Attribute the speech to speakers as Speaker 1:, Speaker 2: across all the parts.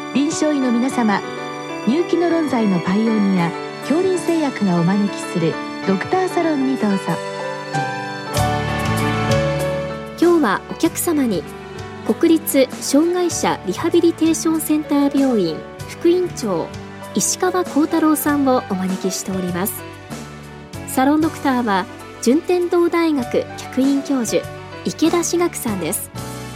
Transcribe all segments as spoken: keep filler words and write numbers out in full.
Speaker 1: 臨床医の皆様、入気の論剤のパイオニア恐林製薬がお招きするドクターサロンにどうぞ。
Speaker 2: 今日はお客様に国立障害者リハビリテーションセンター病院副院長石川幸太郎さんをお招きしております。サロンドクターは順天堂大学客員教授池田志学さんです。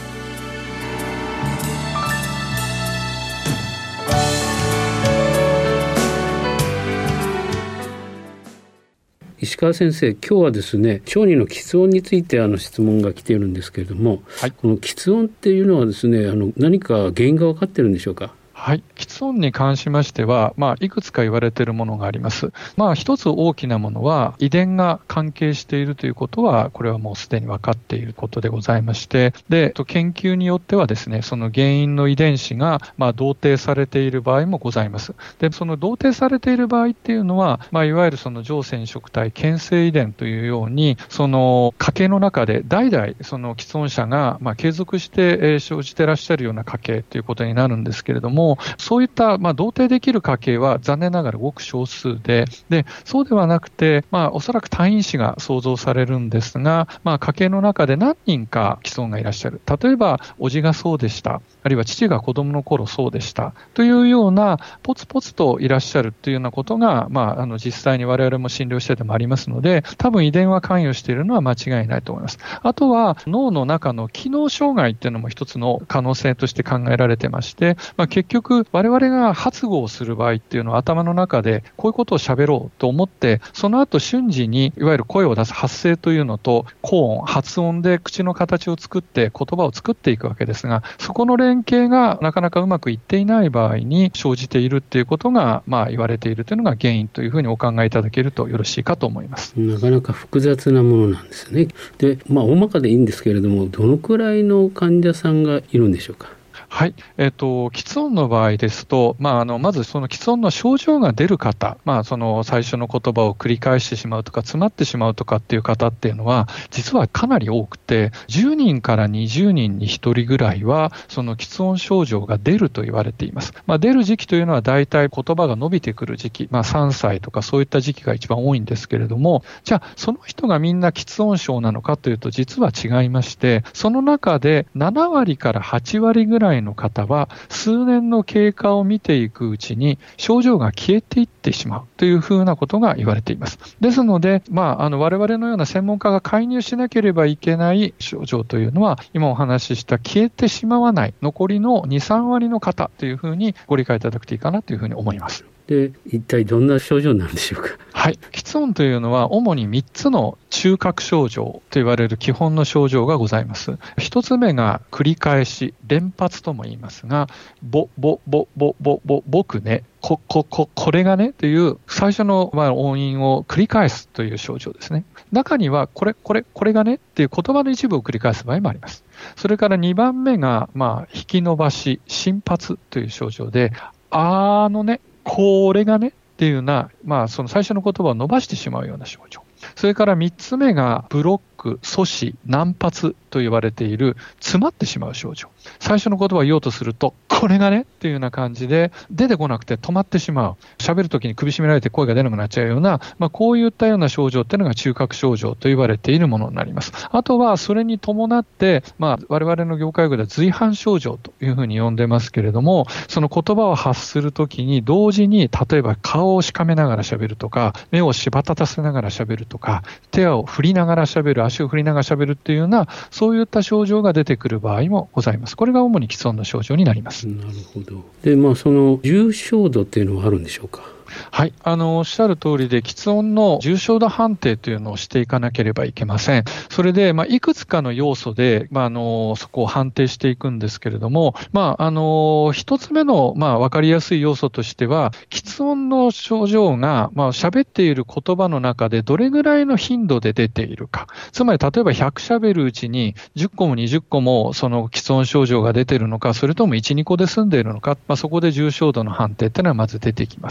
Speaker 3: 石川先生、今日はですね、小児の喫音についてあの質問が来ているんですけれども、はい、この喫音っていうのはですね、あの何か原因が分かってるんでしょうか？
Speaker 4: はい、喫音に関しましては、まあ、いくつか言われているものがあります。まあ、一つ大きなものは、遺伝が関係しているということは、これはもうすでに分かっていることでございまして、で、研究によってはですね、その原因の遺伝子が、まあ、同定されている場合もございます。で、その同定されている場合っていうのは、まあ、いわゆるその上染色体牽制遺伝というように、その家系の中で代々、その喫音者が、まあ、継続して、えー、生じていらっしゃるような家系ということになるんですけれども、そういったまあ同定できる家系は残念ながらごく少数で、でそうではなくて、まあ、おそらく単因子が想像されるんですが、まあ、家系の中で何人か喫音がいらっしゃる。例えば、おじがそうでした。あるいは父が子供の頃そうでした。というような、ポツポツといらっしゃるというようなことが、まあ、あの実際に我々も診療しててもありますので、多分遺伝は関与しているのは間違いないと思います。あとは、脳の中の機能障害っていうのも一つの可能性として考えられてまして、まあ、結局、我々が発語をする場合っていうのは頭の中でこういうことを喋ろうと思って、その後瞬時にいわゆる声を出す発声というのと高音、発音で口の形を作って言葉を作っていくわけですが、そこの連携がなかなかうまくいっていない場合に生じているっていうことが、まあ言われているというのが原因というふうにお考えいただけるとよろしいかと思います。
Speaker 3: なかなか複雑なものなんですね。で、まあ大まかでいいんですけれども、どのくらいの患者さんがいるんでしょうか？
Speaker 4: はい。えっと、喫音の場合ですと、まあ、あの、まずその喫音の症状が出る方、まあ、その最初の言葉を繰り返してしまうとか、詰まってしまうとかっていう方っていうのは、実はかなり多くて、じゅうにんからにじゅうにんにひとりぐらいは、その喫音症状が出ると言われています。まあ、出る時期というのは大体言葉が伸びてくる時期、まあ、さんさいとかそういった時期が一番多いんですけれども、じゃあ、その人がみんな喫音症なのかというと、実は違いまして、その中でななわりからはちわりぐらいの方は数年の経過を見ていくうちに症状が消えていってしまうというふうなことが言われています。ですので、まあ、あの我々のような専門家が介入しなければいけない症状というのは、今お話しした消えてしまわない残りのに、さんわりの方というふうにご理解いただくといいかなというふうに思います。
Speaker 3: で、一体どんな症状なんでしょうか？
Speaker 4: はい。喫音というのは主にみっつの中核症状と言われる基本の症状がございます。一つ目が繰り返し、連発とも言いますが、ぼ、ぼ、ぼ、ぼ、ぼ、ぼ、僕ね、こ、こ、こ、これがねという最初のまあ音韻を繰り返すという症状ですね。中にはこれ、これ、これがねっていう言葉の一部を繰り返す場合もあります。それからにばんめが、まあ、引き伸ばし、心発という症状で、あのね、これがねっていうような、まあ、その最初の言葉を伸ばしてしまうような症状。それからみっつめがブロック、阻止、難発と言われている詰まってしまう症状。最初の言葉を言おうとすると、これがねっていうような感じで出てこなくて止まってしまう。喋るときに首絞められて声が出なくなっちゃうような、まあ、こういったような症状っていうのが中核症状と言われているものになります。あとはそれに伴って、まあ、我々の業界語では随伴症状というふうに呼んでますけれども、その言葉を発するときに同時に例えば顔をしかめながら喋るとか、目をしばたたせながら喋るとか、手を振りながら喋る、足を振りながら喋るっていうような、そういった症状が出てくる場合もございます。これが主に喫音の症状になります。
Speaker 3: なるほど。で、まあ、その重症度っていうのはあるんでしょうか？
Speaker 4: はい、あのおっしゃる通りで、喫音の重症度判定というのをしていかなければいけません。それで、まあ、いくつかの要素で、まあ、あのそこを判定していくんですけれども、まあ、あの一つ目の、まあ、分かりやすい要素としては、喫音の症状が、まあ、喋っている言葉の中でどれぐらいの頻度で出ているか。つまり、例えばひゃく喋るうちにじゅっこもにじゅっこもその喫音症状が出ているのか、それともいち、にこで済んでいるのか、まあ、そこで重症度の判定というのはまず出てきます。そ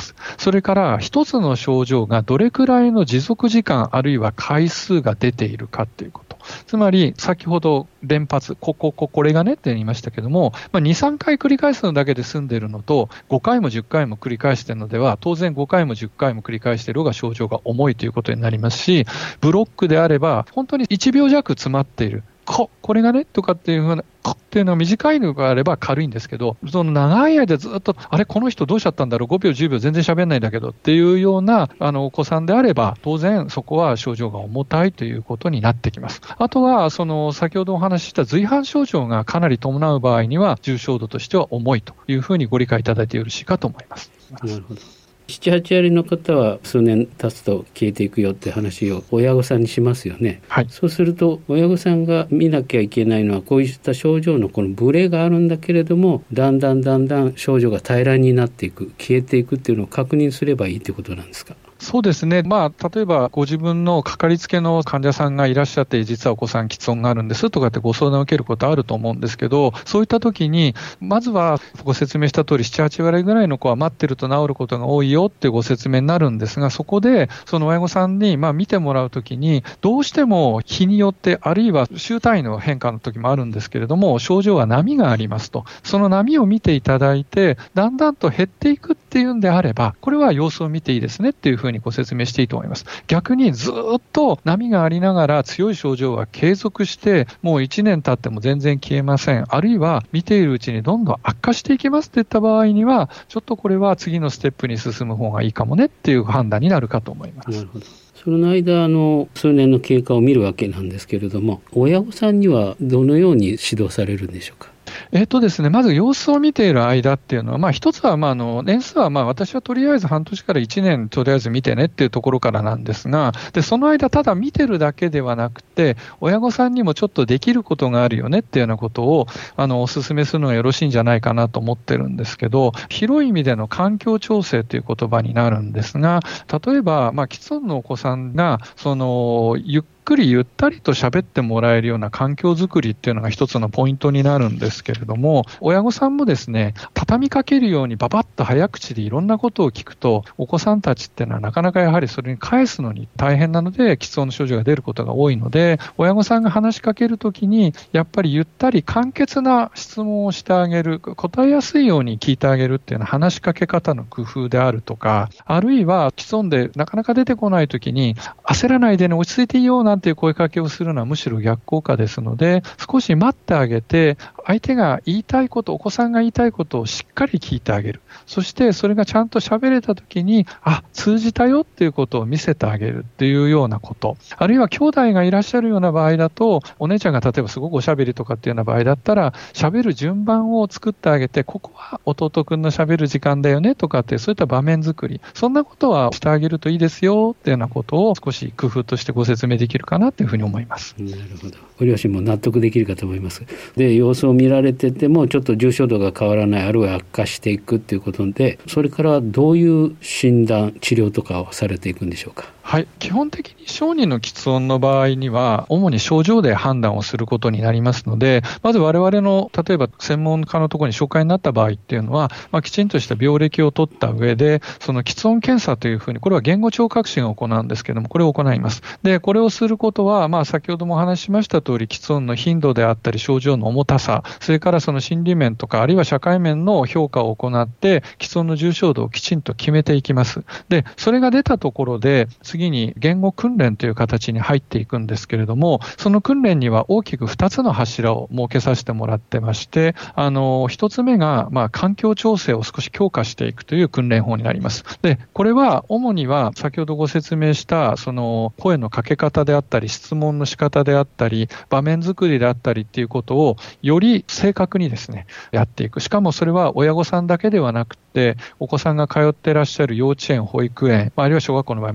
Speaker 4: それから一つの症状がどれくらいの持続時間あるいは回数が出ているかということ。つまり先ほど連発、ここ、ここれがねって言いましたけども、まあ、に、さんかい繰り返すのだけで済んでいるのと、ごかいもじゅっかいも繰り返しているのでは、当然ごかいもじゅっかいも繰り返している方が症状が重いということになりますし、ブロックであれば本当にいちびょうじゃく詰まっている。こ、これがねとかっていうふうな、こっていうのは短いのがあれば軽いんですけど、その長い間ずっと、あれ、この人どうしちゃったんだろう、ごびょう、じゅうびょう全然喋んないんだけどっていうようなあのお子さんであれば、当然そこは症状が重たいということになってきます。あとは、その先ほどお話しした随伴症状がかなり伴う場合には、重症度としては重いというふうにご理解いただいてよろしいかと思います。
Speaker 3: なるほど。ななはちわりの方は数年経つと消えていくよって話を親御さんにしますよね、はい、そうすると親御さんが見なきゃいけないのはこういった症状のこのブレがあるんだけれどもだんだんだんだん症状が平らになっていく消えていくっていうのを確認すればいいってことなんですか？
Speaker 4: そうですね、まあ、例えばご自分のかかりつけの患者さんがいらっしゃって実はお子さん喫音があるんですとかってご相談を受けることあると思うんですけど、そういった時にまずはご説明した通り なな、はちわりぐらいの子は待ってると治ることが多いよってご説明になるんですが、そこでその親御さんにまあ見てもらう時にどうしても日によってあるいは週単位の変化の時もあるんですけれども症状は波がありますと、その波を見ていただいてだんだんと減っていくっていうんであればこれは様子を見ていいですねっていうふうにご説明していいと思います。逆にずっと波がありながら強い症状が継続してもういちねん経っても全然消えません、あるいは見ているうちにどんどん悪化していきますっていった場合にはちょっとこれは次のステップに進む方がいいかもねっていう判断になるかと思います。
Speaker 3: なるほど。その間あの数年の経過を見るわけなんですけれども親御さんにはどのように指導されるんでしょうか？
Speaker 4: えーとですね、まず様子を見ている間っていうのは、まあ、一つは、まあ、あの年数はまあ私はとりあえず半年からいちねんとりあえず見てねっていうところからなんですが、でその間ただ見てるだけではなくて親御さんにもちょっとできることがあるよねっていうようなことをあのお勧めするのがよろしいんじゃないかなと思ってるんですけど、広い意味での環境調整という言葉になるんですが、例えば、まあ、既存のお子さんがそのゆっゆっくりゆったりと喋ってもらえるような環境づくりっていうのが一つのポイントになるんですけれども、親御さんもですね畳みかけるようにババッと早口でいろんなことを聞くとお子さんたちっていうのはなかなかやはりそれに返すのに大変なので喫音の症状が出ることが多いので、親御さんが話しかけるときにやっぱりゆったり簡潔な質問をしてあげる、答えやすいように聞いてあげるっていうのは話しかけ方の工夫であるとか、あるいは喫音でなかなか出てこないときに焦らないでね落ち着いていいよなんていう声かけをするのはむしろ逆効果ですので、少し待ってあげて相手が言いたいこと、お子さんが言いたいことをしっかり聞いてあげる、そしてそれがちゃんと喋れたときにあ通じたよっていうことを見せてあげるっていうようなこと、あるいは兄弟がいらっしゃるような場合だとお姉ちゃんが例えばすごくおしゃべりとかっていうような場合だったら喋る順番を作ってあげて、ここは弟くんの喋る時間だよねとかってそういった場面作り、そんなことはしてあげるといいですよっていうようなことを少し工夫としてご説明できるかなというふうに思います。
Speaker 3: なるほど。ご両親も納得できるかと思います。で様子を見られててもちょっと重症度が変わらない、あるいは悪化していくっていうことで、それからどういう診断治療とかをされていくんでしょうか？
Speaker 4: はい、基本的に小児の喫音の場合には主に症状で判断をすることになりますので、まず我々の例えば専門家のところに紹介になった場合っていうのは、まあ、きちんとした病歴を取った上でその喫音検査というふうに、これは言語聴覚士が行うんですけれども、これを行います。でこれをすることは、まあ、先ほどもお話ししました通り喫音の頻度であったり症状の重たさ、それからその心理面とかあるいは社会面の評価を行って喫音の重症度をきちんと決めていきます。でそれが出たところで次に言語訓練という形に入っていくんですけれども、その訓練には大きくふたつの柱を設けさせてもらってまして、あのひとつめが、まあ、環境調整を少し強化していくという訓練法になります。でこれは主には先ほどご説明したその声のかけ方であったり質問の仕方であったり場面作りであったりっていうことをより正確にですねやっていく。しかもそれは親御さんだけではなくてお子さんが通っていらっしゃる幼稚園、保育園、あるいは小学校の場合もあるかもしれ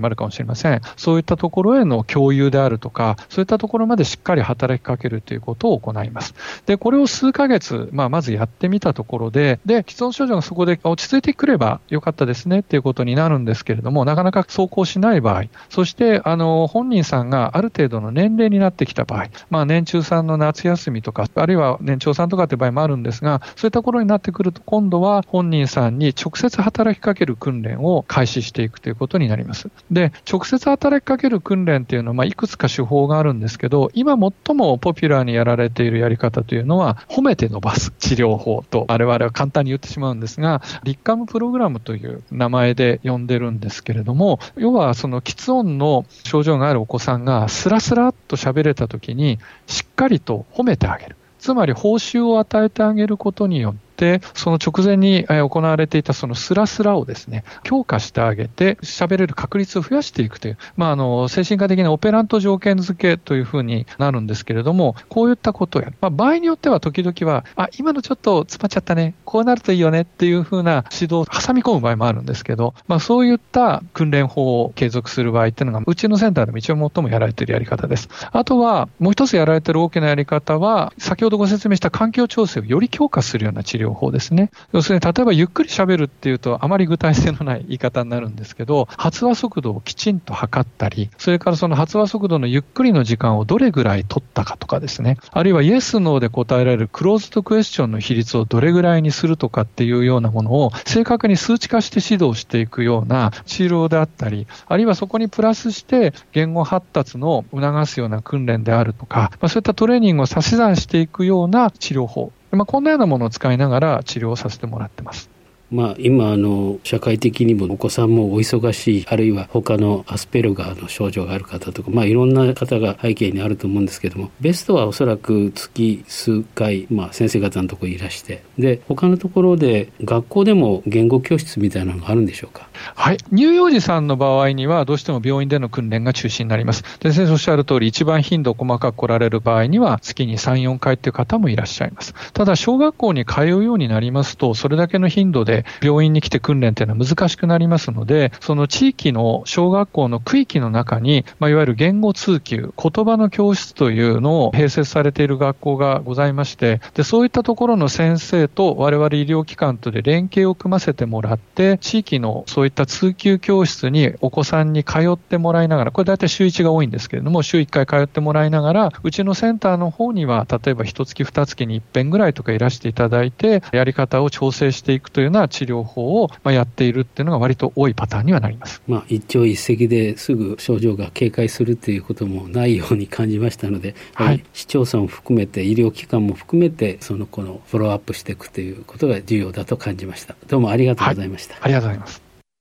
Speaker 4: ません。そういったところへの共有であるとか、そういったところまでしっかり働きかけるということを行います。で、これを数ヶ月、まあ、まずやってみたところで、で、既存症状がそこで落ち着いてくればよかったですねっていうことになるんですけれども、なかなか走行しない場合、そして、あの、本人さんがある程度の年齢になってきた場合、まあ、年中さんの夏休みとか、あるいは年長さんとかっていう場合もあるんですが、そういったところになってくると、今度は本人さんに直接働きかける訓練を開始していくということになります。で、直接働きかける訓練っていうのは、まあ、いくつか手法があるんですけど、今最もポピュラーにやられているやり方というのは、褒めて伸ばす治療法と、我々は簡単に言ってしまうんですが、リッカムプログラムという名前で呼んでるんですけれども、要はその喫音の症状があるお子さんがスラスラっと喋れたときに、しっかりと褒めてあげる。つまり報酬を与えてあげることによって、その直前に行われていたそのスラスラをですね、強化してあげて、喋れる確率を増やしていくという、まあ、あの、精神科的なオペラント条件付けというふうになるんですけれども、こういったことをやる。まあ、場合によっては時々は、あ、今のちょっと詰まっちゃったね、こうなるといいよねっていうふうな指導を挟み込む場合もあるんですけど、まあ、そういった訓練法を継続する場合っていうのが、うちのセンターでも一応最もやられているやり方です。あとは、もう一つやられている大きなやり方は、先ほどご説明した環境調整をより強化するような治療法ですね。要するに、例えばゆっくり喋るっていうとあまり具体性のない言い方になるんですけど、発話速度をきちんと測ったり、それからその発話速度のゆっくりの時間をどれぐらい取ったかとかですね、あるいはイエスノーで答えられるクローズドクエスチョンの比率をどれぐらいにするとかっていうようなものを正確に数値化して指導していくような治療であったり、あるいはそこにプラスして言語発達の促すような訓練であるとか、まあ、そういったトレーニングを差し算していくような治療法、まあ、こんなようなものを使いながら治療をさせてもらってます。
Speaker 3: まあ、今あの社会的にもお子さんもお忙しい、あるいは他のアスペルガーの症状がある方とか、まあ、いろんな方が背景にあると思うんですけども、ベストはおそらく月数回、まあ、先生方のところにいらして、で他のところで学校でも言語教室みたいなのがあるんでしょうか。
Speaker 4: はい、乳幼児さんの場合にはどうしても病院での訓練が中心になります。で、先生おっしゃる通り、一番頻度細かく来られる場合には月にさん、よんかいという方もいらっしゃいます。ただ小学校に通うようになりますと、それだけの頻度で病院に来て訓練というのは難しくなりますので、その地域の小学校の区域の中に、まあ、いわゆる言語通級、言葉の教室というのを併設されている学校がございまして、でそういったところの先生と我々医療機関とで連携を組ませてもらって、地域のそういった通級教室にお子さんに通ってもらいながら、これ大体週いちが多いんですけれども、週いっかい通ってもらいながら、うちのセンターの方には例えばいっかげつ、にかげつにいっぺんぐらいとかいらしていただいて、やり方を調整していくというような治療法をやっているっていうのが割と多いパターンにはなります。
Speaker 3: まあ、一朝一夕ですぐ症状が軽快するということもないように感じましたので、はい、市町村も含めて医療機関も含めてその子のフォローアップしていくということが重要だと感じました。どうもありがとうございました。
Speaker 4: はい、ありがとうございます。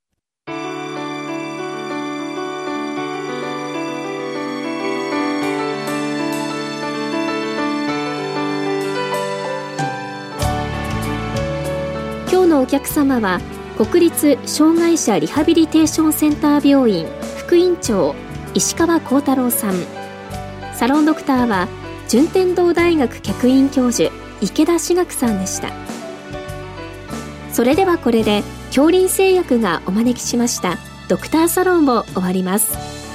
Speaker 2: 今日のお客様は国立障害者リハビリテーションセンター病院副院長石川幸太郎さん、サロンドクターは順天堂大学客員教授池田志学さんでした。それではこれで杏林製薬がお招きしましたドクターサロンを終わります。